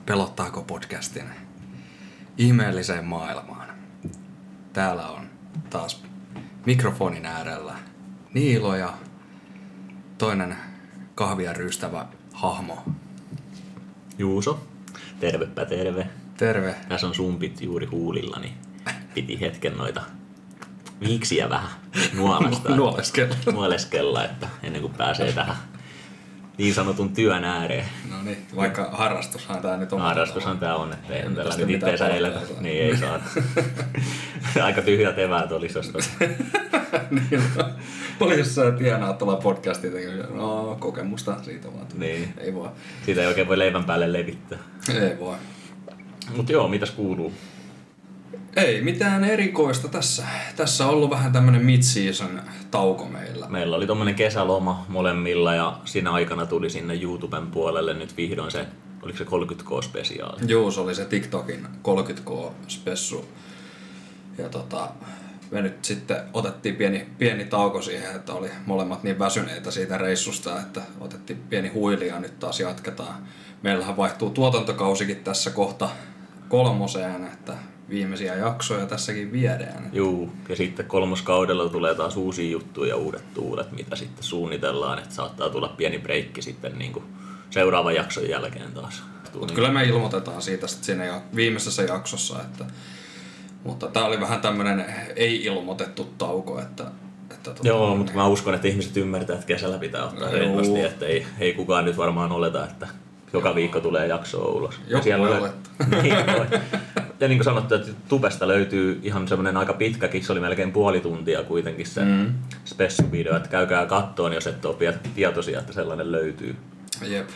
Pelottaako podcastin ihmeelliseen maailmaan. Täällä on taas mikrofonin äärellä Niilo ja toinen kahvia ryystävä hahmo. Juuso. Tervepä terve. Terve. Tässä on sumpit juuri huulilla, niin piti hetken noita viiksiä vähän nuoleskella, että ennen kuin pääsee tähän niin sanotun työn ääreen. No niin, vaikka harrastushan tämä nyt on. Harrastushan tämä on, että ei tällä nyt itteensä eletä. Niin ei saa. Aika tyhjät eväät olisi jostain. Niin, oli jossain tienaa tuolla podcastia tekemään. No, kokemusta siitä vaan. Niin. Ei voi. Siitä ei oikein voi leivän päälle levittää. Ei voi. Mut joo, mitäs kuuluu? Ei mitään erikoista tässä. Tässä on ollut vähän tämmönen mid-season tauko meillä. Meillä oli tommonen kesäloma molemmilla ja siinä aikana tuli sinne YouTuben puolelle nyt vihdoin se, oliko se 30K-spesiaali? Joo, se oli se TikTokin 30K-spessu. Ja me nyt sitten otettiin pieni tauko siihen, että oli molemmat niin väsyneitä siitä reissusta, että otettiin pieni huili ja nyt taas jatketaan. Meillähän vaihtuu tuotantokausikin tässä kohta 3, että viimeisiä jaksoja tässäkin viedään. Juu, ja sitten 3. kaudella tulee taas uusia juttuja ja uudet tuulet, mitä sitten suunnitellaan, että saattaa tulla pieni breikki sitten niin kuin seuraavan jakson jälkeen taas. Mutta kyllä me ilmoitetaan siitä sitten siinä viimeisessä jaksossa, mutta tää oli vähän tämmönen ei-ilmoitettu tauko, Joo, mutta mä uskon, että ihmiset ymmärtää, että kesällä pitää ottaa rennosti, että ei kukaan nyt varmaan oleta, että joka viikko tulee jaksoa ulos. Joku voi olettaa. Niin, ja niin kuin sanottu, että Tubesta löytyy ihan semmoinen aika pitkäkin, se oli melkein puoli tuntia kuitenkin se spessu-video, että käykää kattoon, jos et ole tietoisia, että sellainen löytyy. Jep.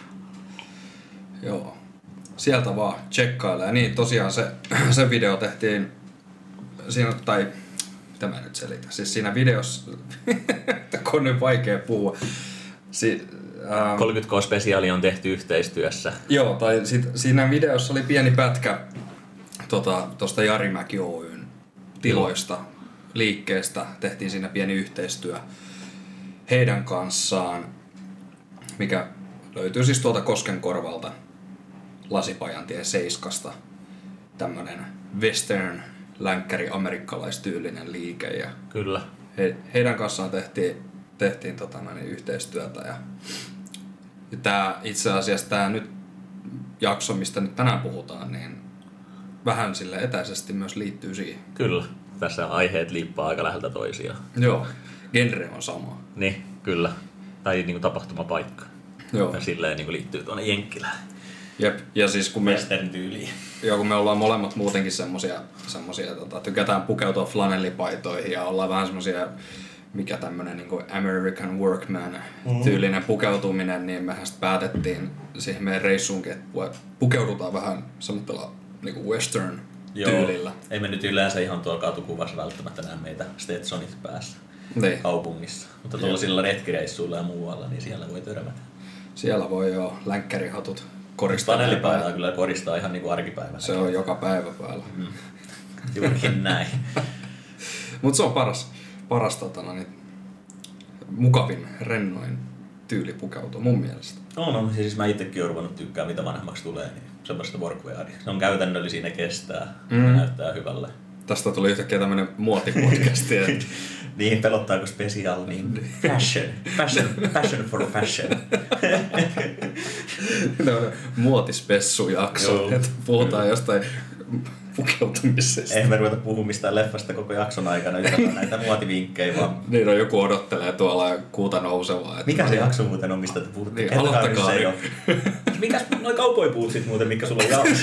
Joo. Sieltä vaan tsekkailla. Ja niin, tosiaan se video tehtiin siinä, tai mitä mä nyt selitän, siis siinä videossa, kun on nyt vaikea puhua. 30K-spesiaali on tehty yhteistyössä. Joo, tai siinä videossa oli pieni pätkä tuosta Jarimäki Oyn tiloista, liikkeestä. Tehtiin siinä pieni yhteistyö heidän kanssaan, mikä löytyy siis tuolta Koskenkorvalta Lasipajantien 7. Tämmönen western länkkäri amerikkalaistyylinen liike. Ja kyllä. Heidän kanssaan tehtiin yhteistyötä ja itse asiassa tämä nyt jakso, mistä nyt tänään puhutaan, niin vähän sille etäisesti myös liittyy siihen. Kyllä, tässä aiheet liippaa aika läheltä toisiaan. Joo, genre on sama. Niin, kyllä. Tai niinku tapahtumapaikka. Joo. Ja silleen niinku liittyy tuonne Jenkkilään. Jep, ja siis kun western-tyyliin. Joo, kun me ollaan molemmat muutenkin semmosia tykätään pukeutua flanellipaitoihin ja ollaan vähän semmosia mikä tämmönen niinku American Workman tyylinen pukeutuminen, niin mehän sitten päätettiin siihen meidän reissuunkin, että pukeudutaan vähän semmoisella niinku western tyylillä. Ei me nyt yleensä ihan tuolla katukuvassa välttämättä näe meitä Stetsonit päässä kaupungissa, mutta tuollaisilla retkireissuilla ja muualla, niin siellä voi törmätä. Siellä voi jo länkkärihatut koristaa. Panelipaitaa kyllä koristaa ihan niinku arkipäivänä. Se on joka päivä päällä. Juurikin näin. Mut se on paras mukavin, rennoin tyyli pukeutua mun mielestä. No, siis mä itsekin oon ruvennut tykkää, mitä vanhemmaksi tulee, niin semmoista workwearia. Se on käytännöllisiä, ne kestää ja näyttää hyvälle. Tästä tuli yhtäkkiä tämmönen muotipodcasti. Niin, pelottaako special, niin passion for fashion. Muotispessujakso, että puhutaan jostain pukeutumisesta. Ei me ruveta puhumaan mistään leffasta koko jakson aikana, yritetään näitä muotivinkkejä vaan. Niin, no joku odottelee tuolla kuuta nousevaa. Mikä se jakso muuten on, mistä te puhutte? Niin, aloittakaa. Mikäs noi cowboy-bootsit muuten, mitkä sulla on jalassa?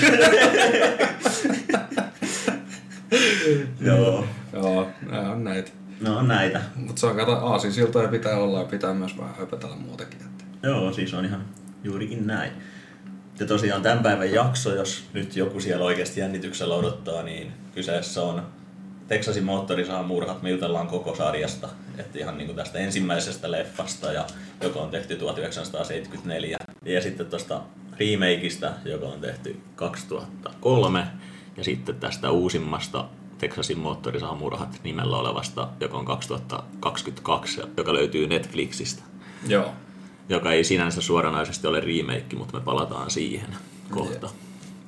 Joo, nää on näitä. No on näitä. Mut se on aasinsiltoja pitää olla ja pitää myös vähän höpötellä muutakin. Joo, siis on ihan juurikin näin. Ja tosiaan tämän päivän jakso, jos nyt joku siellä oikeasti jännityksellä odottaa, niin kyseessä on Texasin moottorisahamurhat. Me jutellaan koko sarjasta, että ihan niin kuin tästä ensimmäisestä leffasta, joka on tehty 1974. Ja sitten tuosta remakeista, joka on tehty 2003. Ja sitten tästä uusimmasta Texasin moottorisahamurhat nimellä olevasta, joka on 2022, joka löytyy Netflixistä. Joo. Joka ei sinänsä suoranaisesti ole remake, mutta me palataan siihen kohta.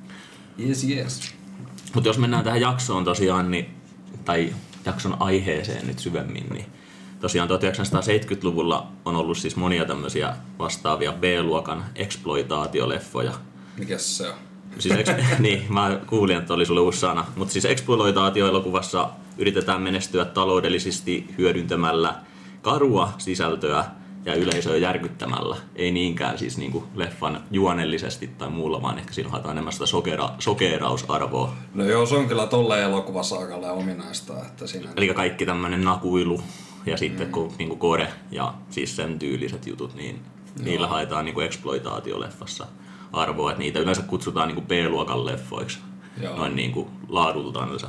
Yes. Mutta jos mennään tähän jaksoon tosiaan, niin, tai jakson aiheeseen nyt syvemmin, niin tosiaan 1970-luvulla on ollut siis monia tämmöisiä vastaavia B-luokan exploitaatioleffoja. Mikäs se on? Siis niin, mä kuulin, että oli sulle uusi sana. Mutta siis exploitaatioelokuvassa yritetään menestyä taloudellisesti hyödyntämällä karua sisältöä ja yleisöä järkyttämällä. Ei niinkään siis niinku leffan juonellisesti tai muulla, vaan ehkä siinä haetaan enemmän sitä sokeerausarvoa. No joo, se on kyllä tolle elokuvasaakalle ominaista. Että siinä... Eli kaikki tämmönen nakuilu ja sitten niinku gore ja siis sen tyyliset jutut, niin niillä haetaan niinku exploitaatioleffassa arvoa. Että niitä yleensä kutsutaan niinku B-luokan leffoiksi, noin niinku laadultansa.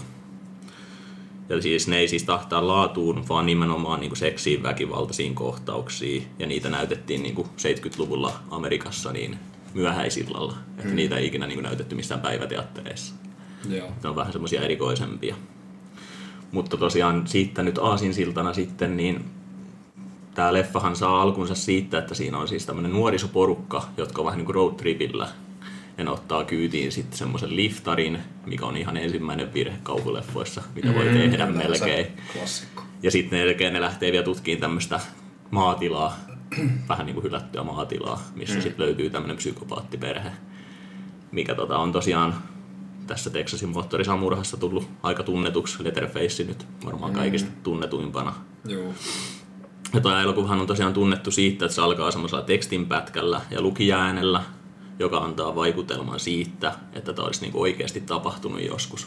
Ja siis ne ei siis tahtaa laatuun, vaan nimenomaan niinku seksiin, väkivaltaisiin kohtauksiin. Ja niitä näytettiin niinku 70-luvulla Amerikassa niin myöhäisillalla. Että niitä ei ikinä niinku näytetty missään päiväteattereissa. Joo. Ne on vähän semmosia erikoisempia. Mutta tosiaan siitä nyt aasinsiltana sitten, niin tää leffahan saa alkunsa siitä, että siinä on siis tämmönen nuorisoporukka, jotka on vähän niinku roadtripillä. Ja ne ottaa kyytiin sitten semmoisen liftarin, mikä on ihan ensimmäinen virhe kauhuleffoissa, mitä voi tehdä melkein. Klassikko. Ja sitten ne lähtee vielä tutkimaan tämmöistä maatilaa, vähän niinku hylättyä maatilaa, missä sitten löytyy tämmöinen psykopaattiperhe, mikä on tosiaan tässä Texasin moottorisahamurhassa tullut aika tunnetuksi. Leatherface nyt varmaan kaikista tunnetuimpana. Joo. Ja tuo elokuvahan on tosiaan tunnettu siitä, että se alkaa semmoisella tekstinpätkällä ja lukijaäänellä, joka antaa vaikutelman siitä, että tämä olisi niinku oikeasti tapahtunut joskus.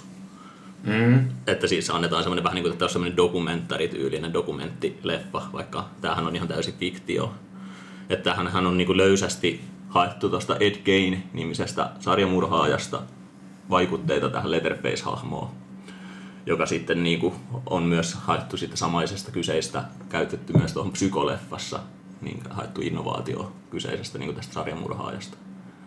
Että siis annetaan semmoinen vähän niin kuin, että olisi semmoinen dokumentarityylinen dokumenttileffa, vaikka tämähän on ihan täysin fiktio. Että tämähän on niinku löysästi haettu tuosta Ed Gein-nimisestä sarjamurhaajasta vaikutteita tähän Leatherface-hahmoon, joka sitten niinku on myös haettu sitten samaisesta kyseistä, käytetty myös tuohon psykoleffassa, niin haettu innovaatio kyseisestä niinku tästä sarjamurhaajasta.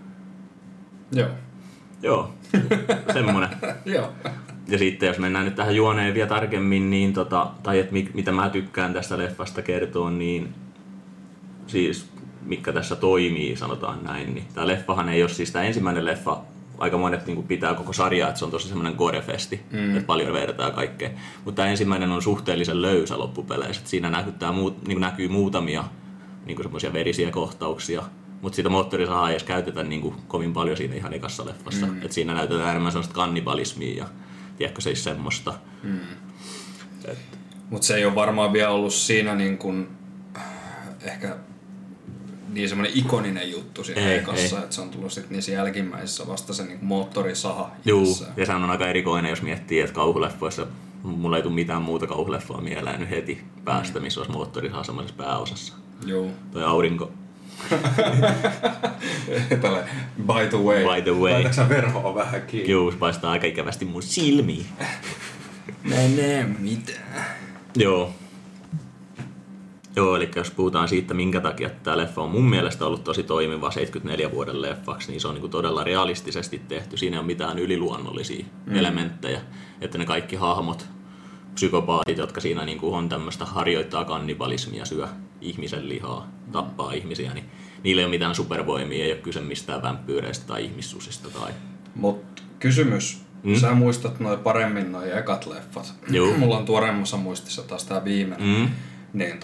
Joo, semmonen. Joo. Ja sitten jos mennään nyt tähän juoneen vielä tarkemmin, niin tai että mitä mä tykkään tästä leffasta kertoa, niin siis mikä tässä toimii, sanotaan näin, niin tää leffahan ei ole siis tää ensimmäinen leffa, aika monet niin pitää koko sarjaa, että se on tosi semmoinen gore-festi, että paljon vertaa kaikkea. Mutta tämä ensimmäinen on suhteellisen löysä loppupeleissä, että siinä näkyy muutamia niin semmoisia verisiä kohtauksia, mutta sitä moottorisahaa ei edes käytetä niin kovin paljon siinä ihan ekassa leffassa. Että siinä näytetään enemmän semmoista kannibalismia ja tiedätkö se semmoista. Mutta se ei ole varmaan vielä ollut siinä niin kuin, ehkä niin semmoinen ikoninen juttu siinä ekassa, että se on tullut sitten niissä jälkimmäisissä vasta se niin moottorisaha. Joo, ja sehän on aika erikoinen, jos miettii, että kauhuleffoissa mulla ei tule mitään muuta kauhuleffoa mieleen nyt heti päästä, missä olisi moottorisaha semmoisessa pääosassa. Joo. Toi aurinko. Tällä by the way. Laitatko sä verhoa vähän kiinni? Joo, se paistaa aika ikävästi mun silmiin. Mä en näe mitään. Joo, eli jos puhutaan siitä, minkä takia tämä leffa on mun mielestä ollut tosi toimiva 74 vuoden leffaksi, niin se on niin kuin todella realistisesti tehty. Siinä ei ole mitään yliluonnollisia elementtejä, että ne kaikki hahmot, psykopaatit, jotka siinä niin kuin on tämmöistä, harjoittaa kannibalismia, syö ihmisen lihaa, tappaa ihmisiä, niin niillä ei ole mitään supervoimia, ei ole kyse mistään vampyyreistä tai ihmissusista. Mut kysymys. Sä muistat paremmin noi ekat leffat. Mulla on tuoreemmassa muistissa taas tää viimeinen. Niin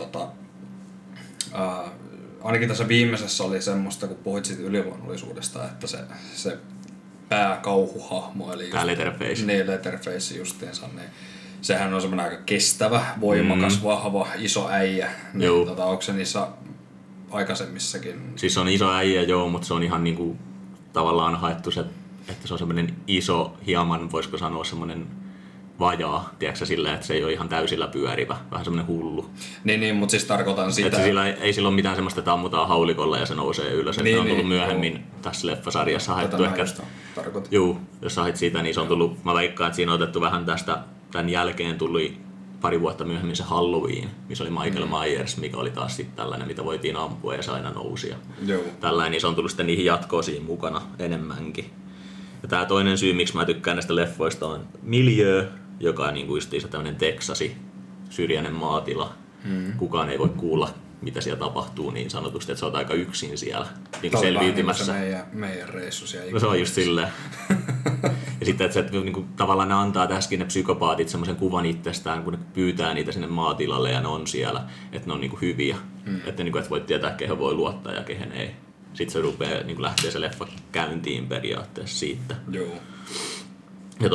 ainakin tässä viimeisessä oli semmoista, kun puhuit siitä yliluonnollisuudesta, että se pääkauhuhahmo, eli just, Leatherface. Niin, Leatherface justiinsa, niin sehän on semmoinen aika kestävä, voimakas, vahva, iso äijä. Niin, onko se niissä aikaisemmissakin? Siis se on iso äijä, joo, mutta se on ihan niinku tavallaan haettu se, että se on semmoinen iso, hieman, voisiko sanoa semmoinen vajaa, tiedätkö silleen, että se ei ole ihan täysillä pyörivä, vähän semmoinen hullu. Niin, mutta siis tarkoitan sitä. Että ei sillä ole mitään semmoista, että ammutaan haulikolla ja se nousee ylös. Niin, se on tullut myöhemmin tässä leffasarjassa haettu ehkä. Juu, jos sait siitä, niin se on tullut, mä veikkaan, että siinä on otettu vähän tästä, tämän jälkeen tuli pari vuotta myöhemmin se Halloween, missä oli Michael Myers, mikä oli taas sitten tällainen, mitä voitiin ampua ja se aina nousi. Tällainen, niin se on tullut sitten niihin jatkoosiin mukana enemmänkin. Ja tää toinen syy, miksi mä tykkään näistä leffoista on miljöö, joka on niin kuin justiinsa tämmöinen Teksasi, syrjäinen maatila. Kukaan ei voi kuulla, mitä siellä tapahtuu niin sanotusti, että sä oot aika yksin siellä niin selviytymässä. Tämä on meidän reissu siellä. No se on just silleen. Ja sitten, että se, niin kuin, tavallaan ne antaa tässäkin ne psykopaatit semmoisen kuvan itsestään, kun ne pyytää niitä sinne maatilalle ja ne on siellä, että ne on niin kuin hyviä. Että niin kuin, et voit tietää, kehen voi luottaa ja kehen ei. Sitten se rupeaa, niin kuin lähtee se leffa käyntiin periaatteessa siitä. Joo. Ja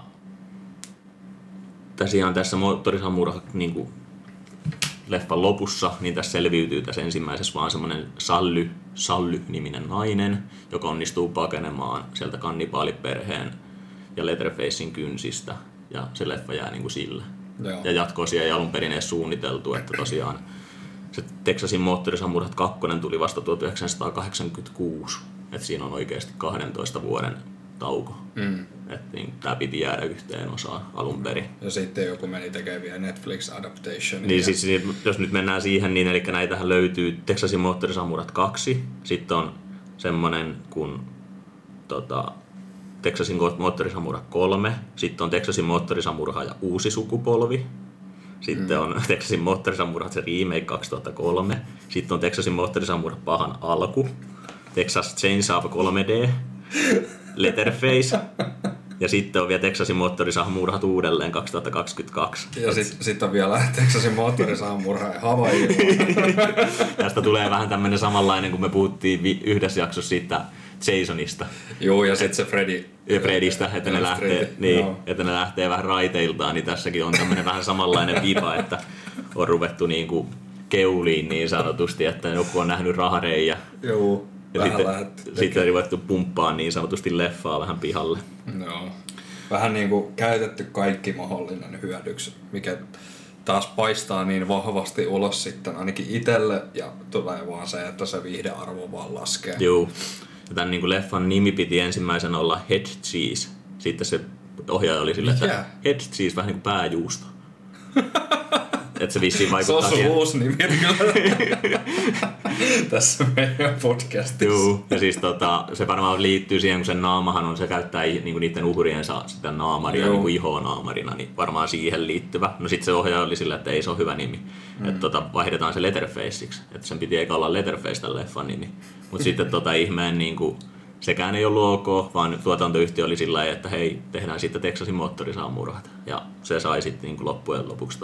tosiaan tässä moottorisahan niin kuin leffan lopussa, niin tässä selviytyy tässä ensimmäisessä vaan semmoinen Sally-niminen nainen, joka onnistuu pakenemaan sieltä kannibaaliperheen ja Leatherfacein kynsistä. Ja se leffa jää niin kuin sillä. Joo. Ja jatko-osia ei alun perin edes suunniteltu, että tosiaan se Texasin moottorisamurhat 2 tuli vasta 1986. Että siinä on oikeasti 12 vuoden tauko. Että niin, tämä piti jäädä yhteen osaan alun perin. Ja sitten joku meni tekemään Netflix-adaptationia. Niin siis, jos nyt mennään siihen, niin eli näitähän löytyy Texasin moottorisamurhat 2. Sitten on semmonen kuin Texasin moottorisamurha 3. Sitten on Texasin moottorisamurha ja uusi sukupolvi. Sitten on Texasin moottorisamurhat se remake 2003. Sitten on Texasin moottorisamurhat pahan alku. Texas Chainsaw 3D. Leatherface. Ja sitten on vielä Texasin moottorisahamurhat uudelleen 2022. Ja sitten on vielä Texasin moottorisahamurha ja Hawaii. Tästä tulee vähän tämmönen samanlainen, kun me puhuttiin yhdessä jaksossa siitä Jasonista. Joo, ja sitten se Fredistä, että ne lähtee vähän raiteiltaan, niin tässäkin on tämmönen vähän samanlainen viba, että on ruvettu niinku keuliin niin sanotusti, että joku on nähnyt rahareijä. Joo. Ja sitten on ruvettu pumppaan niin sanotusti leffaa vähän pihalle. Joo. Vähän niinku käytetty kaikki mahdollinen hyödyksi, mikä taas paistaa niin vahvasti ulos sitten ainakin itselle ja tulee vaan se, että se viihdearvo vaan laskee. Joo. Ja tämän niin kuin leffan nimi piti ensimmäisenä olla Head Cheese. Sitten se ohjaaja oli sille, että Head Cheese vähän niin kuin pääjuusto. Että se vissiin vaikuttaa siihen. Se on sun uusi nimi tässä meidän podcastissa. Joo, ja siis se varmaan liittyy siihen, kun sen naamahan on, se käyttää niinku niiden uhriensa sitä naamaria niinku ihonaamarina, niin varmaan siihen liittyvä. No sit se ohjaaja oli sillä, että ei se ole hyvä nimi, että vaihdetaan se Leatherfaceiksi, että sen piti eikä olla Leatherface tämän leffan nimi. Mutta sitten ihmeen niinku, sekään ei ollut ok, vaan tuotantoyhtiö oli sillä lailla, että hei, tehdään sitten Texasin moottorisahamurhat. Ja se sai sitten niinku loppujen lopuksi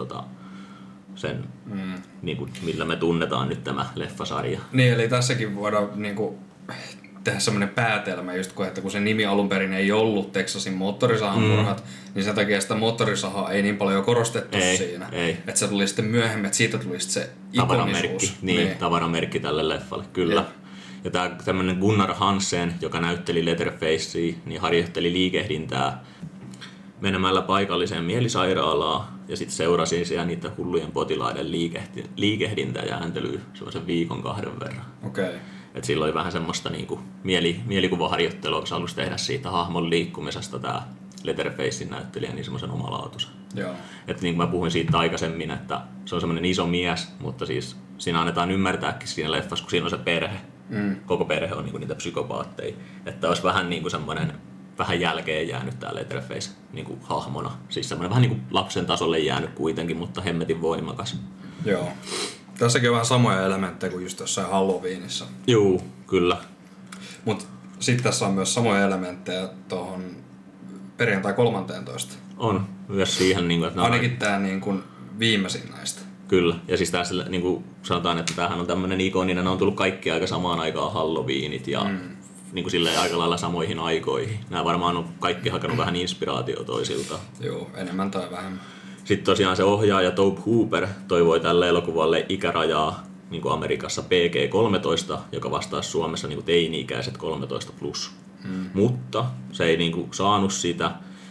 sen, niin kuin, millä me tunnetaan nyt tämä leffasarja. Niin, eli tässäkin voidaan niin kuin, tehdä semmoinen päätelmä, just kun, että kun se nimi alun perin ei ollut Texasin moottorisahamurhat, niin sen takia sitä moottorisahaa ei niin paljon korostettu siinä. Että se tuli sitten myöhemmin, että siitä tuli sitten se ikonisuus. Tavaramerkki tälle leffalle, kyllä. Ja tämä tämmöinen Gunnar Hansen, joka näytteli Leatherfacea, niin harjoitteli liikehdintää menemällä paikalliseen mielisairaalaan ja sitten seurasin siellä niitä hullujen potilaiden liikehdintää ja ääntelyä semmoisen 1-2 viikon verran. Okay. Et silloin oli vähän semmoista niinku mielikuvaharjoittelua, kun se halusi tehdä siitä hahmon liikkumisesta tämä Leatherfacein näyttelijä niin semmoisen omalaatuisen. Että niin kuin mä puhuin siitä aikaisemmin, että se on semmoinen iso mies, mutta siis siinä annetaan ymmärtääkin siinä leffassa, kun siinä on se perhe. Koko perhe on niinku niitä psykopaatteja. Että olisi vähän niinku semmoinen vähän jälkeen jäänyt tää Leatherface niinku hahmona. Siis semmoinen vähän niinku lapsen tasolle jäänyt kuitenkin, mutta hemmetin voimakas. Joo. Tässäkin on vähän samoja elementtejä kuin just jossain Halloweenissa. Juu, kyllä. Mut sit tässä on myös samoja elementtejä tohon perjantai 13. On, myös siihen niinku, että ainakin tää niinku viimeisin näistä. Kyllä, ja siis tässä niinku sanotaan, että tämähän on tämmönen ikoninen, on tullut kaikki aika samaan aikaan Halloweenit ja niin kuin silleen aika lailla samoihin aikoihin. Nämä varmaan on kaikki hakenut vähän inspiraatiota toisilta. Joo, enemmän tai vähemmän. Sitten tosiaan se ohjaaja Tobe Hooper toivoi tälle elokuvalle ikärajaa niin kuin Amerikassa PG-13, joka vastaisi Suomessa niin kuin teini-ikäiset 13+. Mutta se ei niin kuin saanut sitä,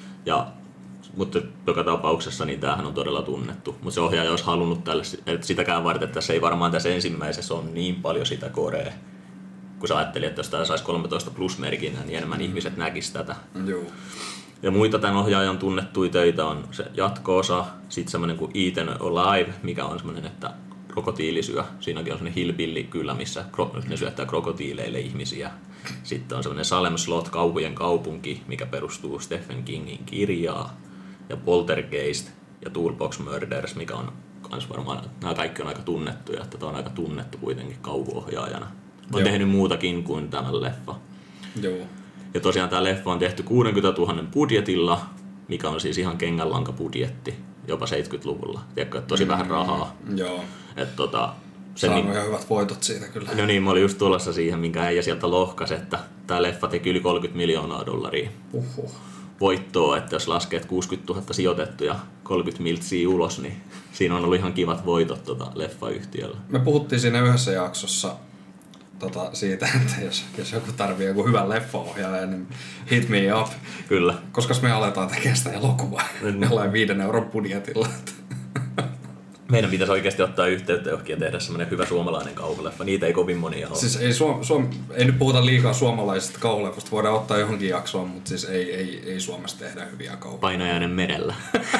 mutta joka tapauksessa niin tämähän on todella tunnettu. Mutta se ohjaaja olisi halunnut tälle, että sitäkään varten, että tässä ei varmaan tässä ensimmäisessä on niin paljon sitä korea. Kun sä ajattelin, että jos tää saisi 13+ merkinnän, niin enemmän ihmiset näkis tätä. Joo. Ja muita tämän ohjaajan tunnettuja töitä on se jatko-osa, sitten semmoinen kuin Eaten Alive, mikä on semmoinen, että krokotiilisyö. Siinäkin on semmoinen hillbilly kyllä, missä ne syöttää krokotiileille ihmisiä. Sitten on semmoinen Salem Slot, kauhujen kaupunki, mikä perustuu Stephen Kingin kirjaan. Ja Poltergeist ja Toolbox Murders, mikä on kans varmaan, nämä kaikki on aika tunnettuja, että tämä on aika tunnettu kuitenkin kauhuohjaajana. On tehnyt muutakin kuin tämän leffa. Joo. Ja tosiaan tämä leffa on tehty 60 000 budjetilla, mikä on siis ihan kengänlanka-budjetti, jopa 70-luvulla. Tiedätkö, tosi vähän rahaa. Joo. Saanut ihan hyvät voitot siitä kyllä. No niin, mä olin just tulossa siihen, minkä äijä sieltä lohkasi, että tämä leffa teki yli $30 miljoonaa voittoa, että jos laskee, että 60 000 sijoitettu ja 30 miltsiä ulos, niin siinä on ollut ihan kivat voitot leffayhtiöllä. Me puhuttiin siinä yhdessä jaksossa siitä, että jos joku tarvii joku hyvän leffaohjaajan, niin hit me up. Kyllä. Koska me aletaan tekemään sitä elokuvaa jollain 5 euron budjetilla. Meidän pitäisi oikeasti ottaa yhteyttä johonkin ja tehdä semmoinen hyvä suomalainen kauhuleffa. Niitä ei kovin monia ole. Siis ei nyt puhuta liikaa suomalaisista kauhuleffoista. Voidaan ottaa johonkin jaksoon, mutta siis ei Suomessa tehdä hyviä kauhuja. Painajainen merellä.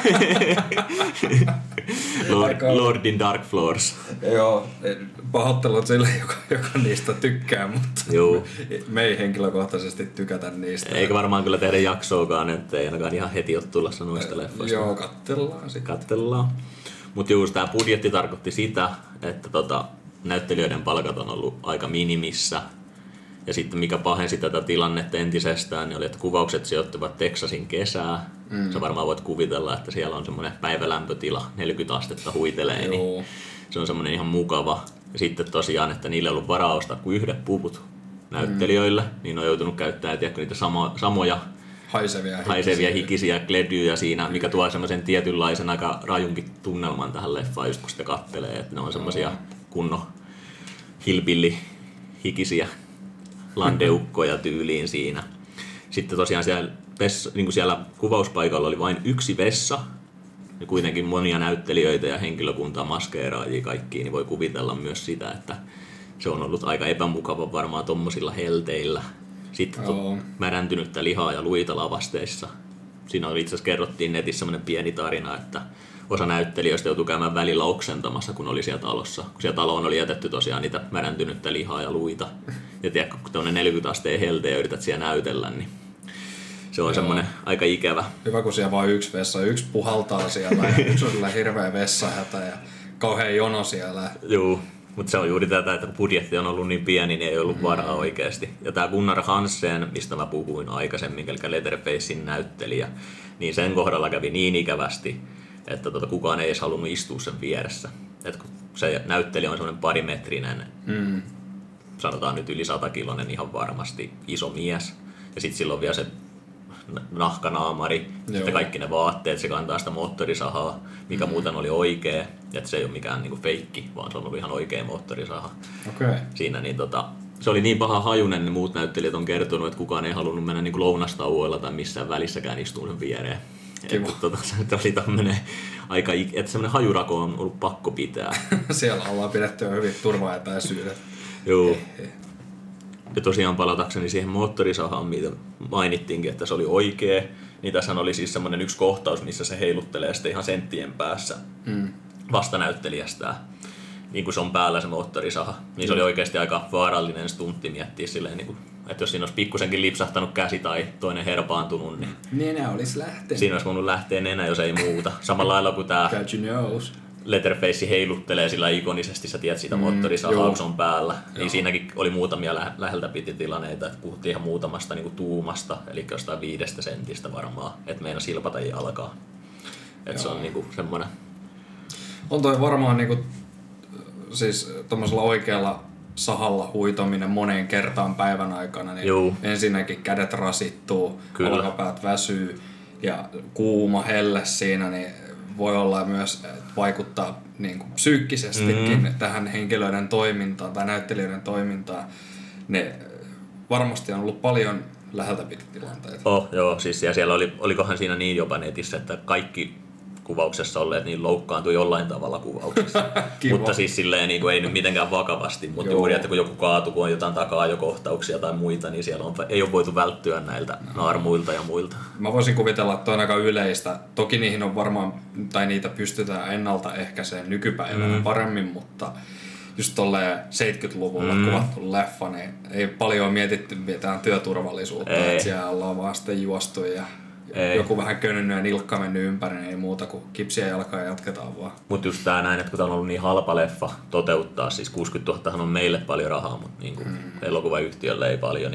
Lordin Dark Floors. Joo, pahoittelut sille, joka niistä tykkää, mutta me ei henkilökohtaisesti tykätä niistä. Eikä varmaan kyllä tehdä jaksoakaan, että ei ainakaan ihan heti ole tulossa noista leffoista. Joo, katsellaan sitten. Katsellaan. Mutta juuri tämä budjetti tarkoitti sitä, että näyttelijöiden palkat on ollut aika minimissä. Ja sitten mikä pahensi tätä tilannetta entisestään, niin oli, että kuvaukset sijoittuvat Texasin kesää. Sä varmaan voit kuvitella, että siellä on semmoinen päivälämpötila, 40 astetta huitelee, niin se on semmoinen ihan mukava. Ja sitten tosiaan, että niillä ei ollut varaa ostaa kuin yhdet puvut näyttelijöille, niin on joutunut käyttämään niitä samoja haisevia hikisiä kledyjä siinä, mikä tuo semmoisen tietynlaisen aika rajunkin tunnelman tähän leffaan, just kun sitä kattelee, että ne on semmoisia kunnon hillbilly hikisiä landeukkoja tyyliin siinä. Sitten tosiaan siellä kuvauspaikalla oli vain yksi vessa, ja kuitenkin monia näyttelijöitä ja henkilökuntaa, maskeeraajia kaikkiin, niin voi kuvitella myös sitä, että se on ollut aika epämukava varmaan tommosilla helteillä. Sitten märäntynyttä lihaa ja luita lavasteissa. Siinä oli itse asiassa kerrottiin netissä semmoinen pieni tarina, että osa näyttelijöistä joutui käymään välillä oksentamassa, kun oli siellä talossa. Kun siellä taloon oli jätetty tosiaan niitä märäntynyttä lihaa ja luita. Ja tiedätkö, kun tämmöinen 40 asteen helte ja yrität siellä näytellä, niin se on semmoinen aika ikävä. Hyvä, kun siellä vaan yksi vessa. Yksi puhaltaa siellä ja yksi on hirveä vessahätä ja kauhean jono siellä. Joo. Mutta se on juuri tätä, että kun budjetti on ollut niin pieni, niin ei ollut varaa oikeasti. Ja tämä Gunnar Hansen, mistä mä puhuin aikaisemmin, eli Leatherfacein näyttelijä, niin sen kohdalla kävi niin ikävästi, että kukaan ei edes halunnut istua sen vieressä. Et kun se näyttelijä on semmoinen parimetrinen, sanotaan nyt yli 100-kiloinen ihan varmasti iso mies. Ja sitten sillä on vielä se nahkanaamari, sitten kaikki ne vaatteet, se kantaa sitä moottorisahaa, mikä muuten oli oikea, että se ei ole mikään niinku feikki, vaan se on ollut ihan oikea moottorisaha. Okay. Siinä niin se oli niin paha hajunen, niin muut näyttelijät on kertonut, että kukaan ei halunnut mennä niinku lounastauoilla tai missään välissäkään istuun sen viereen. Että oli tämmönen aika, että semmoinen hajurako on ollut pakko pitää. Siellä ollaan pidetty jo hyvin turvaetäisyydet. Joo. Ja tosiaan palatakseni siihen moottorisahaan, mitä mainittiinkin, että se oli oikea, niin tässä oli siis semmoinen yksi kohtaus, missä se heiluttelee sitten ihan senttien päässä vastanäyttelijästään, niin kuin se on päällä se moottorisaha. Niin se oli oikeasti aika vaarallinen stuntti miettiä silleen, niin kuin, että jos siinä olisi pikkusenkin lipsahtanut käsi tai toinen herpaantunut, niin nenä olisi lähtenyt. Siinä olisi voinut lähteä nenä, jos ei muuta. Samalla lailla kuin tämä Leatherface heiluttelee sillä ikonisesti, sä tiedät siitä moottorisahaa, kun se on päällä. Niin siinäkin oli muutamia läheltä piti tilanneita, että puhuttiin ihan muutamasta niin kuin tuumasta, eli jostain 5 sentistä varmaan, että meinaa silpata jalkaa. Että se on niin kuin semmoinen. On toi varmaan niin kuin, siis tommosella oikealla sahalla huitominen moneen kertaan päivän aikana, niin ensinnäkin kädet rasittuu, olkapäät väsyy ja kuuma helle siinä, niin voi olla myös vaikuttaa niin kuin psyykkisestikin tähän henkilöiden toimintaan tai näyttelijöiden toimintaan. Ne varmasti on ollut paljon läheltä piti tilanteita. Joo, siis ja siellä olikohan siinä niin jopa netissä, että kaikki kuvauksessa olleet niin loukkaantui jollain tavalla kuvauksessa. Mutta siis silleen niin kuin ei nyt mitenkään vakavasti, mutta juuri, että kun joku kaatui, kun on jotain takaa-ajokohtauksia tai muita, niin siellä ei ole voitu välttyä näiltä naarmuilta ja muilta. Mä voisin kuvitella, että on aika yleistä. Toki niihin on varmaan, tai niitä pystytään ennaltaehkäiseen nykypäivänä paremmin, mutta just tolleen 70-luvulla kuvattu leffa, niin ei paljon mietitty mitään työturvallisuutta, että siellä ollaan vaan sitten juostu ja joku vähän könnynyt ja nilkka mennyt ympäri, niin ei muuta kuin kipsiä jalkaa ja jatketaan vaan. Mutta just tää näin, että kun tää on ollut niin halpa leffa toteuttaa, siis 60 000 on meille paljon rahaa, mutta niin elokuvayhtiölle ei paljon, niin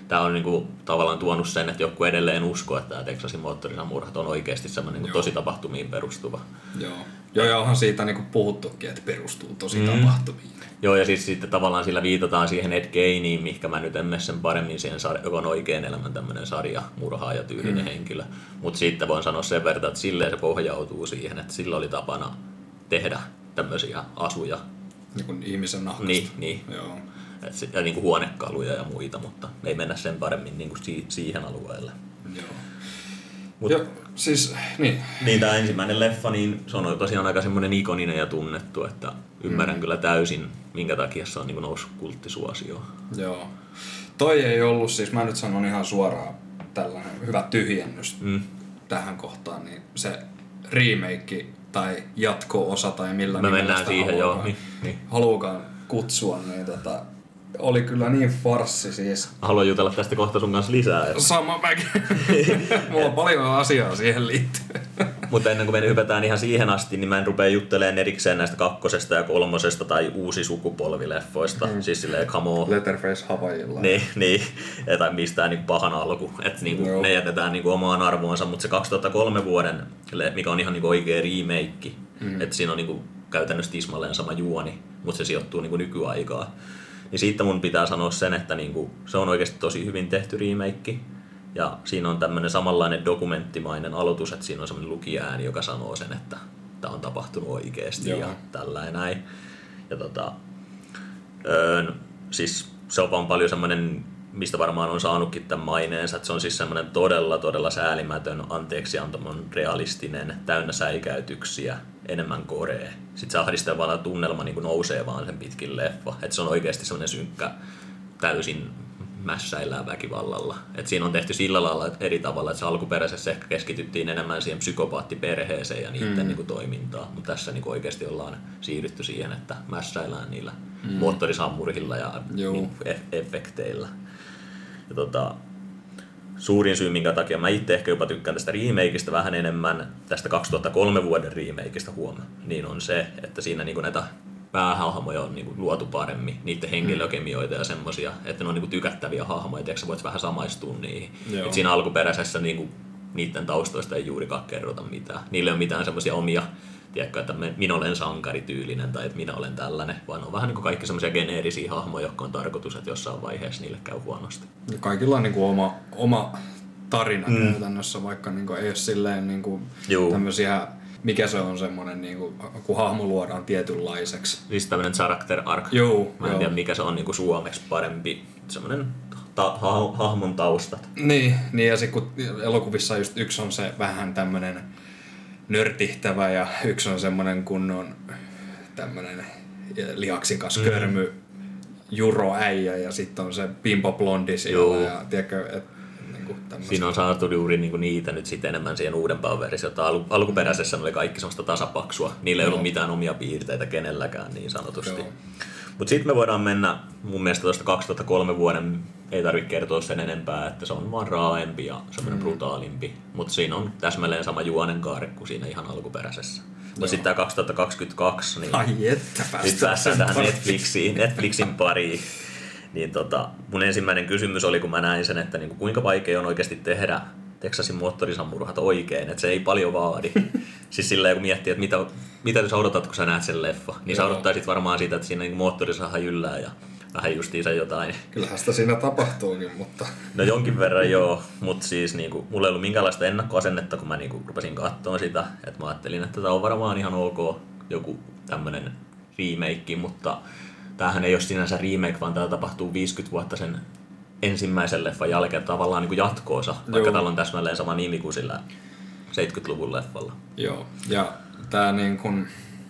tämä on niinku tavallaan tuonut sen, että joku edelleen uskoo, että tämä Texasin moottorisahamurhat on oikeasti semmoinen niinku tosi tapahtumiin perustuva. Joo, ja onhan siitä niinku puhuttukin, että perustuu tosi tapahtumiin. Joo, ja siis sitten tavallaan sillä viitataan siihen Ed Geiniin, mihinkä mä nyt en mene sen paremmin siihen, joka on oikein elämän tämmöinen sarjamurhaaja tyylinen henkilö. Mutta sitten voin sanoa sen verran, että silleen se pohjautuu siihen, että sillä oli tapana tehdä tämmöisiä asuja. Niin kuin ihmisen nahkasta. Niin. Joo. Ja niin kuin huonekaluja ja muita, mutta me ei mennä sen paremmin niin kuin siihen alueelle. Joo. Siis, niin. Niin tämä ensimmäinen leffa, niin se on tosiaan aika semmoinen ikoninen ja tunnettu, että ymmärrän kyllä täysin, minkä takia se on niin kuin noussut kulttisuosioon. Joo. Toi ei ollut, siis mä nyt sanon ihan suoraan tällainen hyvä tyhjennys tähän kohtaan, niin se remake tai jatko-osa tai millä me mennään siihen, haluukaan kutsua, niin oli kyllä niin farssi siis. Haluan jutella tästä kohta sun kanssa lisää. Sama mäkin. Mulla on paljon asiaa siihen liittyen. Mutta ennen kuin me hypätään ihan siihen asti, niin mä en rupea juttelemaan erikseen näistä 2. ja 3. tai uusi sukupolvileffoista. Siis silleen come on. Letterface Havaijilla. Niin. Tai mistään niinku pahan alku. Että niinku ne jätetään niinku omaan arvoonsa. Mutta se 2003 vuoden, mikä on ihan niinku oikea remake. Että siinä on niinku käytännössä tismalleen sama juoni, mutta se sijoittuu niinku nykyaikaan. Niin siitä mun pitää sanoa sen, että niinku, se on oikeasti tosi hyvin tehty remake. Ja siinä on tämmöinen samanlainen dokumenttimainen aloitus, että siinä on semmoinen lukijaääni, joka sanoo sen, että tämä on tapahtunut oikeasti ja tällä ja näin. Ja siis se on vaan paljon semmoinen, mistä varmaan on saanutkin tämän maineensa, että se on siis semmoinen todella säälimätön, anteeksiantamon realistinen, täynnä säikäytyksiä, enemmän korea. Sitten se ahdistavana tunnelma niin kuin nousee vaan sen pitkin leffa. Että se on oikeasti semmoinen synkkä, täysin mässäillään väkivallalla. Et siinä on tehty sillä lailla eri tavalla, että se alkuperäisessä ehkä keskityttiin enemmän siihen psykopaattiperheeseen ja niiden niin kuin toimintaan. Mutta tässä niin kuin oikeasti ollaan siirrytty siihen, että mässäillään niillä moottorisammurhilla ja niin efekteillä. Ja suurin syy, minkä takia mä itse ehkä jopa tykkään tästä remakeista vähän enemmän, tästä 2003 vuoden remakeista niin on se, että siinä niinku näitä päähahmoja on niinku luotu paremmin, niiden henkilökemioita ja semmosia, että ne on niinku tykättäviä hahmoja, että sä voit vähän samaistua niihin. Et siinä alkuperäisessä niinku, niiden taustoista ei juurikaan kerrota mitään. Niille ei ole mitään semmosia omia, tiedätkö, että minä olen sankarityylinen tai että minä olen tällainen, vaan on vähän niin kuin kaikki semmoisia geneerisiä hahmoja, jotka on tarkoitus, että jossain vaiheessa niille käy huonosti. Ja kaikilla on niin kuin oma tarina käytännössä, vaikka niin kuin ei ole silleen niin kuin tämmöisiä, mikä se on semmoinen, niin kuin, kun hahmo luodaan tietynlaiseksi. Siis tämmöinen character arc. Mä en tiedä, mikä se on niin kuin suomeksi parempi, semmoinen hahmon taustat. Niin, ja sitten kun elokuvissa just yksi on se vähän tämmöinen nörtihtävä ja yksi on semmoinen kunnon tämmönen lihaksikas körmy juroäijä ja sitten on se pimpo blondi siellä ja tiedätkö, niinku siinä on saatu juuri niinku niitä nyt sitten enemmän siihen uudempaan versioon. Alkuperäisessä oli kaikki semmoista tasapaksua. Niillä ei ollut mitään omia piirteitä kenelläkään niin sanotusti. Mutta sitten me voidaan mennä mun mielestä tuosta 2003 vuoden, ei tarvitse kertoa sen enempää, että se on vaan raaempi ja semmoinen brutaalimpi. Mutta siinä on täsmälleen sama juonenkaari kuin siinä ihan alkuperäisessä. Mutta sitten tämä 2022, niin nyt päästään tähän Netflixin pariin. Niin mun ensimmäinen kysymys oli, kun mä näin sen, että niinku, kuinka vaikea on oikeasti tehdä Texasin moottorisammurhat oikein, että se ei paljon vaadi. Siis silleen kun miettii, että mitä sä odotat, kun sä näet sen leffa, niin sä odottaisit varmaan sitä, että siinä niin moottorisaha jyllää ja vähän justiinsa jotain. Kyllähän sitä siinä tapahtuukin, mutta... No jonkin verran joo, mutta siis niinku, mulla ei ollut minkäänlaista ennakkoasennetta, kun mä niinku rupesin katsomaan sitä, että mä ajattelin, että tää on varmaan ihan ok joku tämmönen remake, mutta tämähän ei ole sinänsä remake, vaan tää tapahtuu 50 vuotta sen ensimmäisen leffan jälkeen tavallaan niin kuin jatko-osa, vaikka täällä on täsmälleen sama nimi kuin sillä 70-luvun leffalla. Joo, ja tää niin kuin,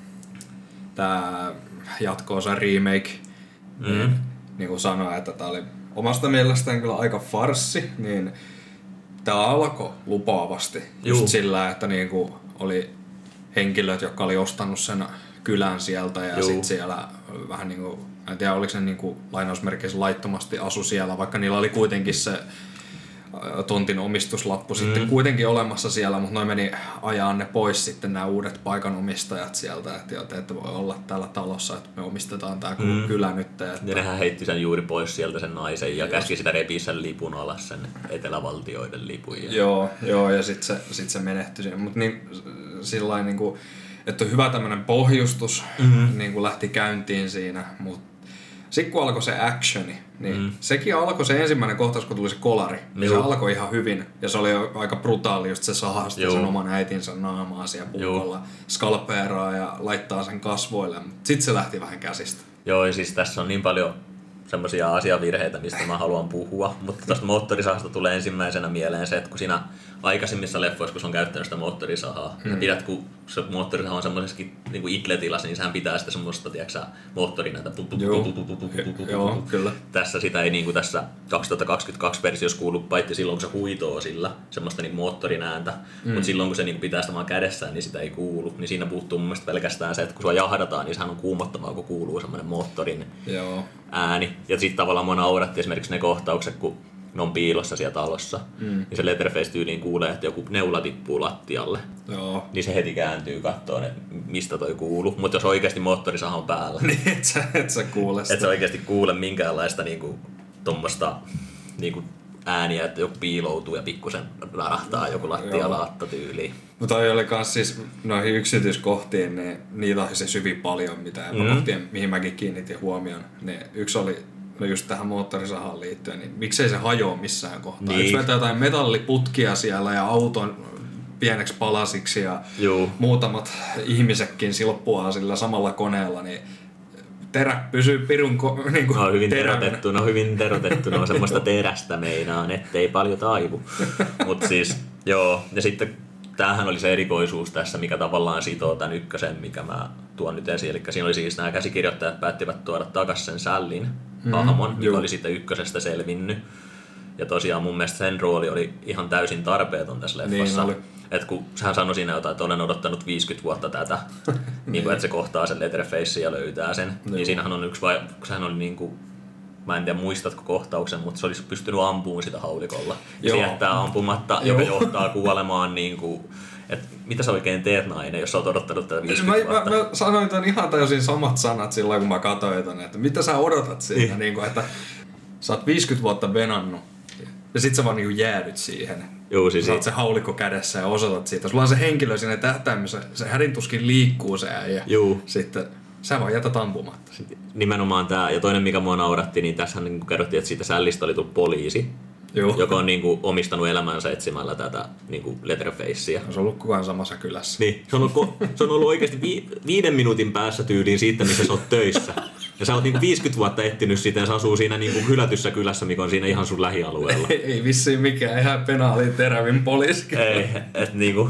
tää jatko-osa remake, niin kuin sanoin, että tää oli omasta mielestään kyllä aika farssi, niin tää alkoi lupaavasti just sillä, että niin kuin oli henkilöt, jotka oli ostanut sen kylän sieltä ja sit siellä vähän niin kuin, en tiedä, oliko se niin kuin lainausmerkeissä laittomasti asu siellä, vaikka niillä oli kuitenkin se tontin omistuslappu sitten kuitenkin olemassa siellä, mutta noin meni ajaa ne pois sitten nämä uudet paikanomistajat sieltä, että te ette voi olla täällä talossa, että me omistetaan tämä kylä nyt. Että... Ja nehän heitti sen juuri pois sieltä sen naisen ja käski sitä repiä sen lipun alas, sen etelävaltioiden lipun. Joo, ja sitten se menehtyi siinä, mutta niin, sillain niinku, että on hyvä tämmöinen pohjustus, niin kuin lähti käyntiin siinä, mutta sitten kun alkoi se actioni, niin sekin alkoi se ensimmäinen kohtaus, kun tuli se kolari, niin se alkoi ihan hyvin. Ja se oli aika brutaali, just se sahasti sen oman äitinsä naamaa siellä puukolla, skalpeeraa ja laittaa sen kasvoille. Sitten se lähti vähän käsistä. Joo, ja siis tässä on niin paljon semmoisia asiavirheitä, mistä mä haluan puhua. Mutta tuosta moottorisahasta tulee ensimmäisenä mieleen se, että kun siinä aikaisemmissa leffoissa, kun se on käyttänyt sitä moottorisahaa, ja pidät, kun se moottorisaha on semmoisessakin niin idle-tilassa, niin sehän pitää sitä semmoista, tiedätkö moottorin näitä kyllä. Tässä sitä ei niin kuin tässä 2022-versiossa kuulu, paitsi silloin, kun se huitoo sillä, semmoista niin moottorin ääntä, mutta silloin, kun se niin pitää sitä vaan kädessään, niin sitä ei kuulu. Niin siinä puuttuu mun mielestä pelkästään se, että kun sua jahdataan, niin sehän on kuumottavaa, kun kuuluu semmoinen moottorin ääni. Ja sitten tavallaan mua nauratti esimerkiksi ne kohtaukset, kun ne on piilossa siellä talossa, niin se Leatherface-tyyliin kuulee, että joku neula tippuu lattialle. Joo. Niin se heti kääntyy kattoon, että mistä toi kuuluu. Mutta jos oikeasti moottorisaha on päällä, niin et sä kuule sitä. Et sä oikeasti kuule minkäänlaista niinku, tommosta niinku, ääniä, että joku piiloutuu ja pikkusen narahtaa joku lattialaatta tyyliin. Mutta toi oli kans siis noihin yksityiskohtiin, niin niitä oli siis hyvin paljon, mitä epäkohtia, mihin mäkin kiinnitin huomioon. Niin yksi oli just tähän moottorisahaan liittyen, niin miksei se hajoa missään kohtaa. Niin. Yksi vetää jotain metalliputkia siellä ja auton pieneksi palasiksi ja muutamat ihmisetkin silppuaa sillä samalla koneella, niin terä pysyy pirun niinku no, hyvin terotettu, no semmoista terästä meinaan, ettei paljon taivu. Mut siis, joo, ja sitten tämähän oli se erikoisuus tässä, mikä tavallaan sitoo tämän ykkösen, mikä mä tuon nyt esiin. Eli siinä oli siis nämä käsikirjoittajat päättivät tuoda takaisin sen Sallyn hahmon, mikä oli sitten ykkösestä selvinnyt. Ja tosiaan mun mielestä sen rooli oli ihan täysin tarpeeton tässä leffassa. Niin että kun hän sanoi siinä jotain, että olen odottanut 50 vuotta tätä, niin kuin, että se kohtaa sen Leatherface ja löytää sen. Niin siinähän on yksi sehän oli niin kuin, mä en tiedä muistatko kohtauksen, mutta se olisi pystynyt ampumaan sitä haulikolla. Ja se jättää ampumatta, joka johtaa kuolemaan niin kuin, että mitä sä oikein teet nainen, jos sä oot odottanut tätä 50 vuotta? Mä sanoin ton ihan täysin samat sanat silloin, kun mä katsoin ton, että mitä sä odotat siitä, niin kuin, että sä oot 50 vuotta venannut ja sit sä vaan niin jäädyt siihen. Joo, siis sä oot se haulikko kädessä ja osoitat siitä. Sulla on se henkilö siinä tähtäimessä, se härintuskin liikkuu se äijä. Sitten sä vaan jätät ampumatta. Nimenomaan tää. Ja toinen mikä mua nauratti, niin tässä niin kerrottiin, että siitä Sallystä oli tullut poliisi. Joka on niin kuin omistanut elämänsä etsimällä tätä niin kuin Leatherfacea. Se on ollut kukaan samassa kylässä. Niin, se on ollut oikeasti 5 minuutin päässä tyyliin siitä, missä sä oot töissä. Ja sä oot niin kuin 50 vuotta etsinyt sitä ja se asuu siinä niin kuin hylätyssä kylässä, mikä on siinä ihan sun lähialueella. Ei vissiin mikään ihan penaalin terävin poliisi. Ei, et niinku...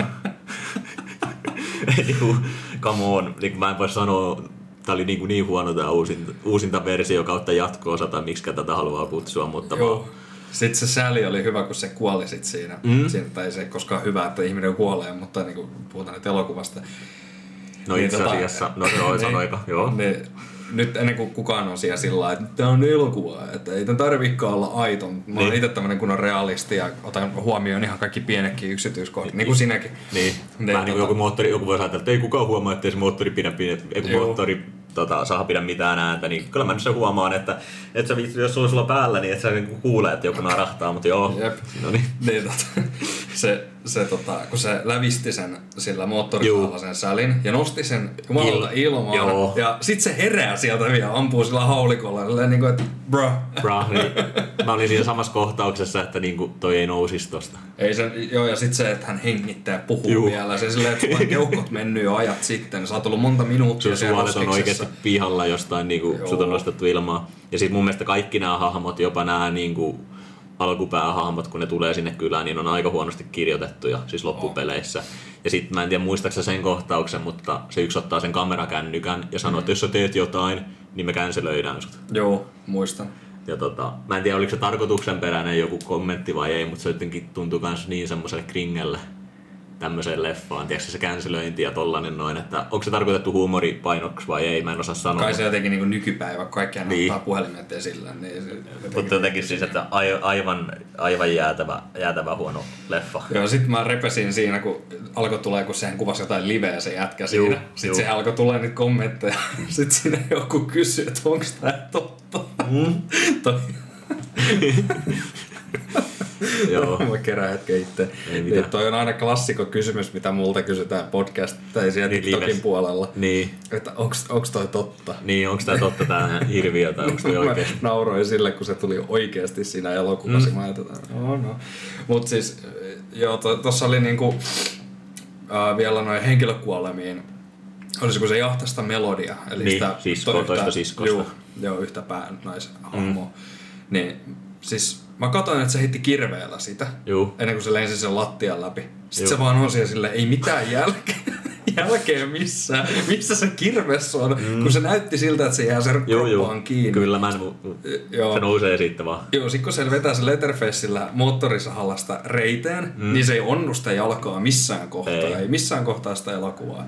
come on, niin mä en voi sanoa... Tää oli niin huono tää uusinta versio kautta jatko-osa tai miksikä tätä haluaa kutsua, mutta... Joo. Sitten se Sally oli hyvä, kun se kuoli sit siinä. Tai se ei koskaan hyvä, että ihminen kuolee, mutta niin kuin puhutaan nyt elokuvasta. No niin, itse asiassa, sanoiko? Joo. Niin, nyt ennen kuin kukaan on siellä sillä lailla, että tämä on elokuva, että ei tämän tarvikaan olla aito. Mä oon itse tämmönen kunnon realisti ja otan huomioon ihan kaikki pienetkin yksityiskohdat, niin kuin sinäkin. Niin, vähän niin kuin joku voi ajatella, että ei kukaan huomaa, ettei se moottori saha pidä mitään ääntä, niin kyllä mä nyt se huomaan, että sä vittu, jos sulla päällä, niin et sä niinku kuulee, että joku narahtaa, mutta joo. Jep. Noniin. Niin, kun se lävisti sen sillä moottorisahalla sen Sallyn ja nosti sen jumalauta ilmaan ja sit se herää sieltä ja ampuu sillä haulikolla silleen niinku, että bro, niin. Mä olin siinä samassa kohtauksessa, että niinku toi ei nousisi tosta. Ei sen, ja sit se, että hän hengittää ja puhuu vielä. Se silleen, että sulla on keuhkot mennyt jo ajat sitten. Sä oot ollut monta minuuttia siellä roskiksessa. Sun suolet on oikeesti pihalla jostain, niinku sut on nostettu ilmaa. Ja sit mun mielestä kaikki nämä hahmot, jopa nämä niinku alkupäähahmot, kun ne tulee sinne kylään, niin on aika huonosti kirjoitettuja, siis loppupeleissä. Ja sit mä en tiedä muistaaksä sen kohtauksen, mutta se yksi ottaa sen kamerakännykän ja sanoo, että jos sä teet jotain, niin me cancelöidään sut. Joo, muistan. Ja mä en tiedä, oliko se tarkoituksenperäinen joku kommentti vai ei, mutta se jotenkin tuntui kans niin semmoselle kringelle tämmöiseen leffaan. Tiedätkö se cancelöinti ja tollanen noin, että onko se tarkoitettu huumoripainoksi vai ei, mä en osaa sanoa. Kai se jotenkin niin nykypäivä, kaikkia niin. Ottaa puhelimet esillä. Niin mutta jotenkin siis, että aivan jäätävä huono leffa. Joo, sit mä repesin siinä, kun alkoi tulee, kun sehän kuvasi jotain liveä se jätkä siinä. Sitten se alkoi tulee niitä kommentteja. Sitten siinä joku kysyi, että onko tää totta. Joo. Mä kerään hetken itse. Niin, toi on aina klassikko kysymys, mitä multa kysytään podcast tai siellä TikTokin puolella. Niin. Että onks toi totta? Niin, onks tää totta tää hirviö tai onks toi oikeesti? Mä nauroin sille, kun se tuli oikeesti siinä elokuvassa. Mä ajattelin, no. Mut siis, joo, tossa oli niinku vielä noin henkilökuolemiin. Olisiko se jahtasta melodia? Eli niin, sitä toista siskosta. Joo, yhtä päännaishahmoa. Niin, siis mä katsoin, että se heitti kirveellä sitä, ennen kuin se lensi sen lattian läpi. Sitten se vaan on siellä silleen, ei mitään jälkeen missään. Missä se kirves on? Kun se näytti siltä, että se jää sen kroppaan kiinni. Kyllä, se nousee siitä vaan. Joo, sit kun se vetää se Letterfacella moottorisahallasta reiteen, niin se ei onnusta jalkaa missään kohtaa. Ei missään kohtaa sitä elokuvaa.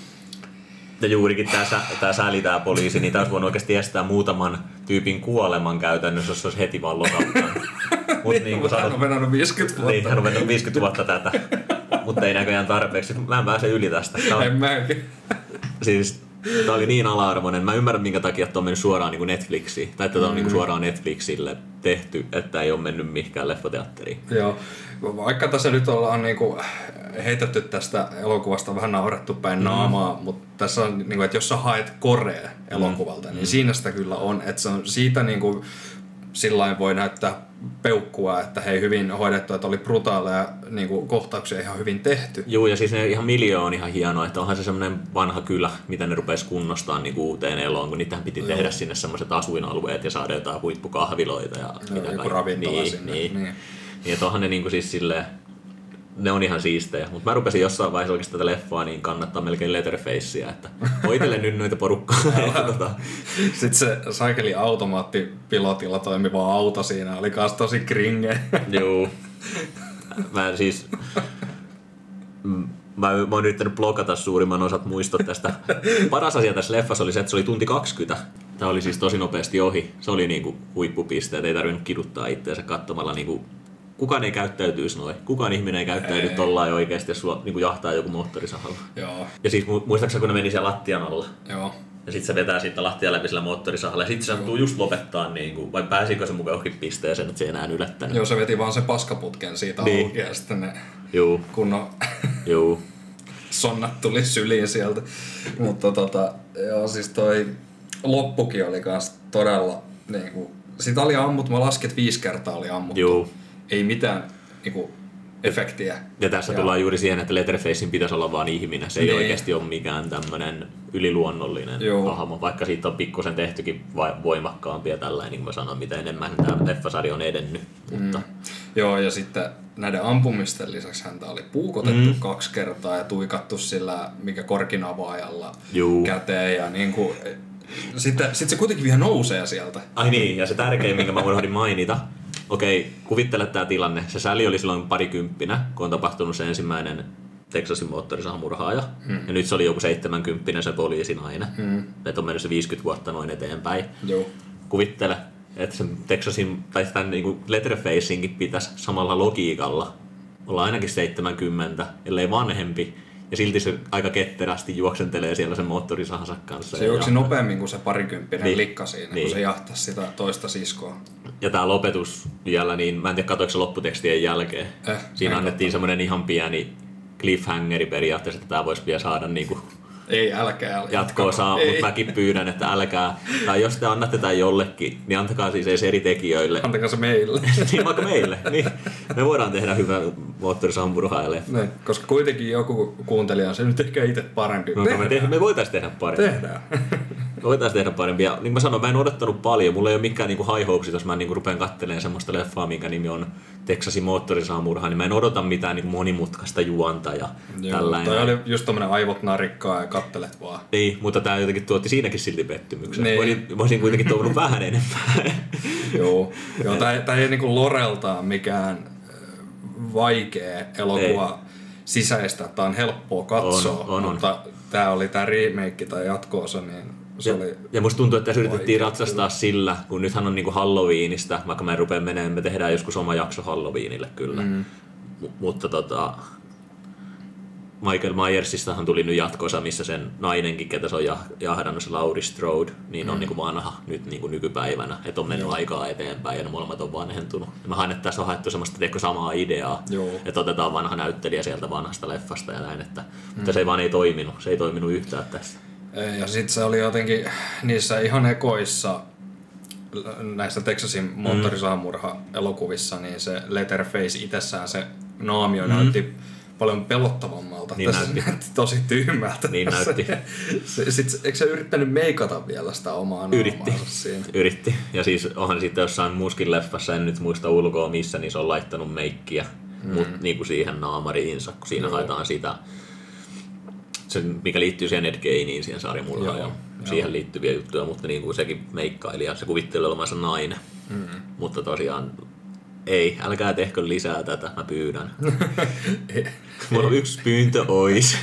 Ja juurikin tää poliisi, niin tää olisi voinut oikeasti estää muutaman tyypin kuoleman käytännössä, jos se olisi heti vaan lokattanut. Mutta hän on venannut 50 vuotta. Niin, hän on venannut 50 vuotta tätä. Mutta ei näköjään tarpeeksi. Mä en pääse yli tästä. En mäkin. Siis tää oli niin ala-arvoinen. Mä ymmärrän, minkä takia tää on mennyt suoraan niin kuin Netflixiin. Tai että tää on niin kuin suoraan Netflixille tehty, että ei ole mennyt mihinkään leffateatteriin. Joo. Vaikka tässä nyt ollaan niinku heitetty tästä elokuvasta vähän naurettu päin naamaa, mutta tässä on, niinku, että jos sä haet Korea elokuvalta, niin siinä sitä kyllä on. Että se on siitä niinku, sillain voi näyttää peukkua, että hei, hyvin hoidettu, että oli brutaaleja niinku, kohtauksia ihan hyvin tehty. Joo, ja siis ne ihan miljoon on ihan hienoa, että onhan se semmoinen vanha kylä, mitä ne rupesi kunnostaa niinku uuteen eloon, kun niitähän piti tehdä sinne semmoiset asuinalueet ja saada jotain huippukahviloita ja mitä joku ravintola sinne. Niin, että onhan ne niinku siis silleen, ne on ihan siistejä, mutta mä rupesin jossain vaiheessa oikeasti tätä leffaa, niin kannattaa melkein Letterfacea, että hoitele nyt noita porukkaa. Sitten se saikeli automaattipilotilla toimiva auto siinä oli kans tosi kringe. Joo. Mä oon yrittänyt blokata suurimman osat muistot tästä. Paras asia tässä leffassa oli se, että se oli tunti 20. Tää oli siis tosi nopeasti ohi. Se oli niinku huippupisteet, ei tarvinnut kiduttaa itseänsä katsomalla niinku kukaan ei käyttäytyisi noin. Kukaan ihminen ei käyttäydy tollain oikeesti, jos sulla niinku jahtaa joku moottorisahalla. Joo. Ja siis muistaakseni kun ne meni siellä lattian alla. Joo. Ja sit se vetää siitä lattian läpi sillä moottorisahalla ja sit se sattuu just lopettaa niinku, vai pääsikö se mukaan johonkin pisteeseen, että se ei enää ylättänyt. Joo, se veti vaan sen paskaputken siitä auki ja sitten ne kunnon sonnat tuli syliin sieltä. Mutta joo, siis toi loppukin oli kans todella niinku, sitä oli ammuttu, mä laskin, että 5 kertaa oli ammuttu. Joo. Ei mitään niinku efektiä. Ja tässä tullaan juuri siihen, että Letterfacein pitäisi olla vaan ihminen. Se ei oikeasti ole mikään tämmönen yliluonnollinen hahmo, vaikka siitä on pikkusen tehtykin voimakkaampi ja tällainen, niin kuin mä sanoin, mitä enemmän tämä leffasarja on edennyt. Mutta. Joo, ja sitten näiden ampumisten lisäksi häntä oli puukotettu 2 kertaa ja tuikattu sillä mikä korkinavaajalla käteen ja niinku. Sitten se kuitenkin vielä nousee sieltä. Ai niin, ja se tärkein, minkä mä unohdin mainita. Okei, kuvittele tää tilanne. Se Sally oli silloin 20, kun on tapahtunut se ensimmäinen Texasin moottorisahamurhaaja. Ja nyt se oli joku 70 se poliisinainen. Että on mennyt se 50 vuotta noin eteenpäin. Joo. Kuvittele, että sen Texasin, tai tämän niin Letterfacinkin pitäisi samalla logiikalla olla ainakin 70, ellei vanhempi. Ja silti se aika ketterästi juoksentelee siellä sen moottorisahansa kanssa. Se juoksi nopeammin kuin se 20 likka siinä, kun se jahtasi sitä toista siskoa. Ja tää lopetus vielä, niin mä en tiedä katoiko se lopputekstien jälkeen. Siinä annettiin semmonen ihan pieni cliffhangeri periaatteessa, että tää voisi vielä saada niinku ei, älkää jatkoa saa, mutta mäkin pyydän, että älkää, tai jos te annatte tämän jollekin, niin antakaa siis edes eri tekijöille. Antakaa se meille. Niin vaikka meille, niin me voidaan tehdä hyvä moottorisahamurhaajalle. Koska kuitenkin joku kuuntelija on se nyt ehkä itse parempi. No, me voitaisiin tehdä parempi. Tehdään. Voitaisiin tehdä parempi. Ja niin kuin mä sanoin, mä en odottanut paljon. Mulla ei ole mikään niin high hopes, jos mä niin rupean katselemaan semmoista leffaa, minkä nimi on Texasin moottorisahamurha, niin mä en odota mitään niin monimutkaista juonta ja tällainen. Toi oli just tommonen aivot narikkaa ja kattelet vaan. Niin, mutta tää jotenkin tuotti siinäkin silti pettymyksen. Niin. Voisin kuitenkin toivonut vähän enemmän. Joo, tää ei niinku loreltaan mikään vaikea elokuva. sisäistä, että on helppoa katsoa, mutta tää oli tää remake tai jatko-osa, niin se oli... Ja musta tuntuu, että tässä yritettiin ratsastaa sillä, kun nythän on niinku Halloweenista, vaikka me rupean menemään, me tehdään joskus oma jakso Halloweenille kyllä. Mutta Michael Myersistahan tuli nyt jatko-osa, missä sen nainenkin, ketä se on jahdannut, se Laurie Strode, niin on niinku vanha nyt niinku nykypäivänä, että on mennyt aikaa eteenpäin ja ne molemmat on vanhentunut. Ja mä haen, että tässä on haettu semmoista samaa ideaa, että otetaan vanha näyttelijä sieltä vanhasta leffasta ja näin, mutta se ei toiminut, se ei toiminut yhtään tässä. Ja sit se oli jotenkin niissä ihan ekoissa näissä Texasin moottorisahamurha-elokuvissa, niin se Letterface itsessään se naamio näytti paljon pelottavammalta. Niin tässä näytti tosi tyhmältä. Niin näytti. Eikö se yrittänyt meikata vielä sitä omaa naamaansa siinä? Yritti. Ja siis onhan sitten jossain muuskin leffassa, en nyt muista ulkoa missä, niin se on laittanut meikkiä niinku siihen naamariinsa, kun siinä haetaan sitä, se, mikä liittyy siihen Ed Geiniin, siihen sarjamurhaan ja siihen liittyviä juttuja, mutta niin kuin sekin meikkaili ja se kuvitteli olevansa nainen. Mutta tosiaan ei, älkää tehkö lisää tätä, mä pyydän. Mulla on yksi pyyntö ois.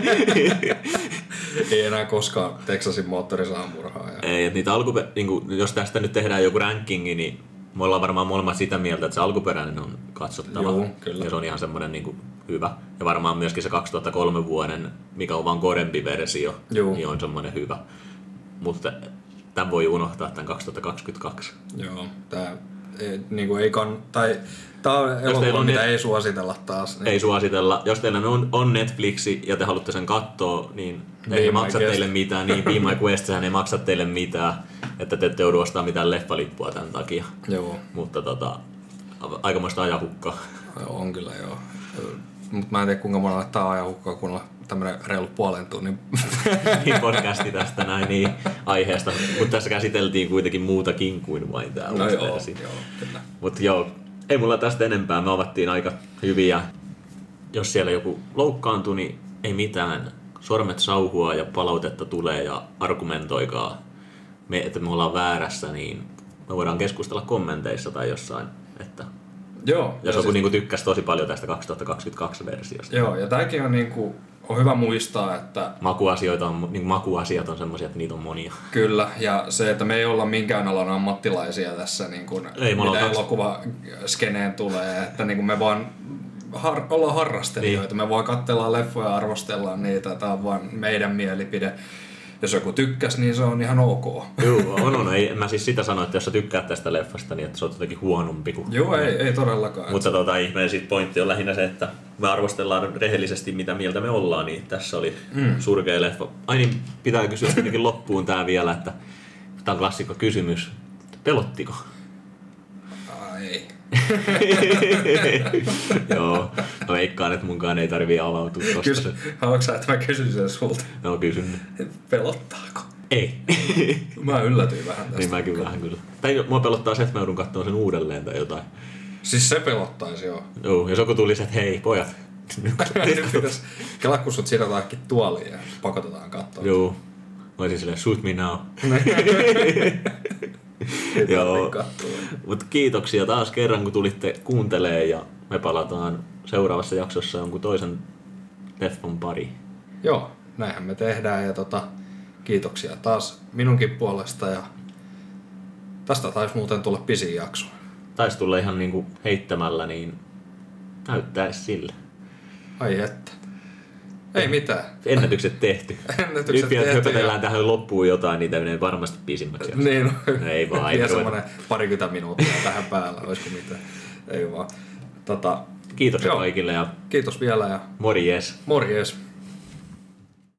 Ei enää koskaan Texasin moottorisahamurhaa. Ei, että niitä niinku, jos tästä nyt tehdään joku rankingi, niin me ollaan varmaan molemmat sitä mieltä, että se alkuperäinen on katsottava. Joo, kyllä. Ja se on ihan semmoinen niin kuin hyvä. Ja varmaan myöskin se 2003 vuoden, mikä on vaan korempi versio, niin on semmoinen hyvä. Mutta tämän voi unohtaa tämän 2022. Joo, tää on elokuva, mitä ei suositella taas. Niin. Ei suositella. Jos teillä on Netflixi ja te haluatte sen katsoa, niin ei maksa teille mitään. Niin Be My Guest, sehän ei maksa teille mitään, että te ette joudu ostamaan mitään leffalippua tämän takia. Joo. Mutta aikamoista ajanhukkaa. On kyllä, joo. Mutta mä en tiedä kuinka monella laittaa ajanhukkaa, kun on tämmönen reilu puolen tunnin podcasti tästä näin niin aiheesta. Mutta tässä käsiteltiin kuitenkin muutakin kuin vain tää versio. Mutta joo, ei mulla tästä enempää. Me avattiin aika hyviä. Jos siellä joku loukkaantui, niin ei mitään. Sormet sauhua ja palautetta tulee ja argumentoikaa. Että me ollaan väärässä, niin me voidaan keskustella kommenteissa tai jossain. Että joo. jos joku niinku tykkäsi tosi paljon tästä 2022 versiosta. Joo, ja tääkin on niinku on hyvä muistaa, että makuasiat on semmoisia, että niitä on monia. Kyllä, ja se, että me ei olla minkään alan ammattilaisia tässä, niin kuin, mitä elokuvaskeneen tulee, että niin kuin me vaan ollaan harrastelijoita, me vaan katsellaan leffoja ja arvostellaan niitä, tämä on vaan meidän mielipide. Jos joku tykkäs, niin se on ihan ok. Joo, on. Ei, mä siis sitä sanoin, että jos sä tykkäät tästä leffasta, niin että se on jotenkin huonompi kuin... Joo, ei todellakaan. Mutta ihmeen sit pointti on lähinnä se, että me arvostellaan rehellisesti, mitä mieltä me ollaan, niin tässä oli surkea leffa. Ai niin, pitää kysyä jotenkin loppuun tää vielä, että tää on klassikko kysymys. Pelottiko? Ei. Joo, mä veikkaan, että munkaan ei tarvii avautua tosta. Haluatko sä, että mä kysyn sen sulta? No kysyn. Pelottaako? Ei. Mä yllätyin vähän tästä. Niin mäkin vähän kyllä. Tai mua pelottaa se, että mä joudun katsomaan sen uudelleen tai jotain. Siis se pelottaisi joo. Joo, jos joku tuli se, että hei pojat. Kela kun sut sidotaankin tuoliin ja pakotetaan katsoa. Joo. Mä olisin silleen, shoot me now. Joo, mutta kiitoksia taas kerran kun tulitte kuuntelemaan ja me palataan seuraavassa jaksossa jonkun toisen leffan pariin. Joo, näinhän me tehdään ja kiitoksia taas minunkin puolesta ja tästä taisi muuten tulla pisin jakso. Taisi tulla ihan niinku heittämällä, niin näyttäisi sille. Ai että. Ei mitään. Ennätykset tehty. Nyt vielä höpötellään tähän loppuun jotain, niitä menee varmasti pisimmäksi. Niin on. Ei vaan. Vielä semmoinen 20 minuuttia tähän päällä, olisiko mitään. Ei vaan. Kiitos kaikille ja kiitos vielä ja morjes. Morjes.